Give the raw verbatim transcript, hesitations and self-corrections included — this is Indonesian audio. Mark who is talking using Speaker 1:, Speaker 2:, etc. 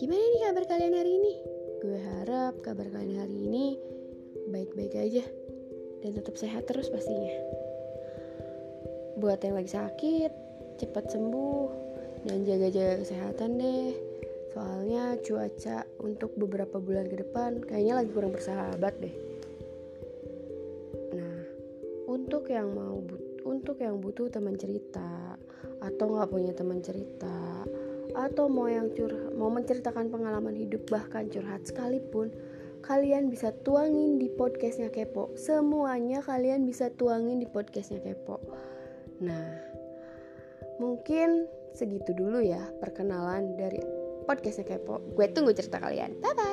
Speaker 1: Gimana nih kabar kalian hari ini? Gue harap kabar kalian hari ini baik-baik aja dan tetap sehat terus pastinya. Buat yang lagi sakit, cepat sembuh dan jaga-jaga kesehatan deh. Soalnya cuaca untuk beberapa bulan ke depan kayaknya lagi kurang bersahabat deh. Nah, untuk yang mau but- untuk yang butuh teman cerita atau nggak punya teman cerita, atau mau yang curhat, mau menceritakan pengalaman hidup bahkan curhat sekalipun, kalian bisa tuangin di podcastnya Kepo. Semuanya kalian bisa tuangin di podcastnya Kepo. Nah, mungkin segitu dulu ya perkenalan dari podcastnya Kepo. Gue tunggu cerita kalian. Bye bye.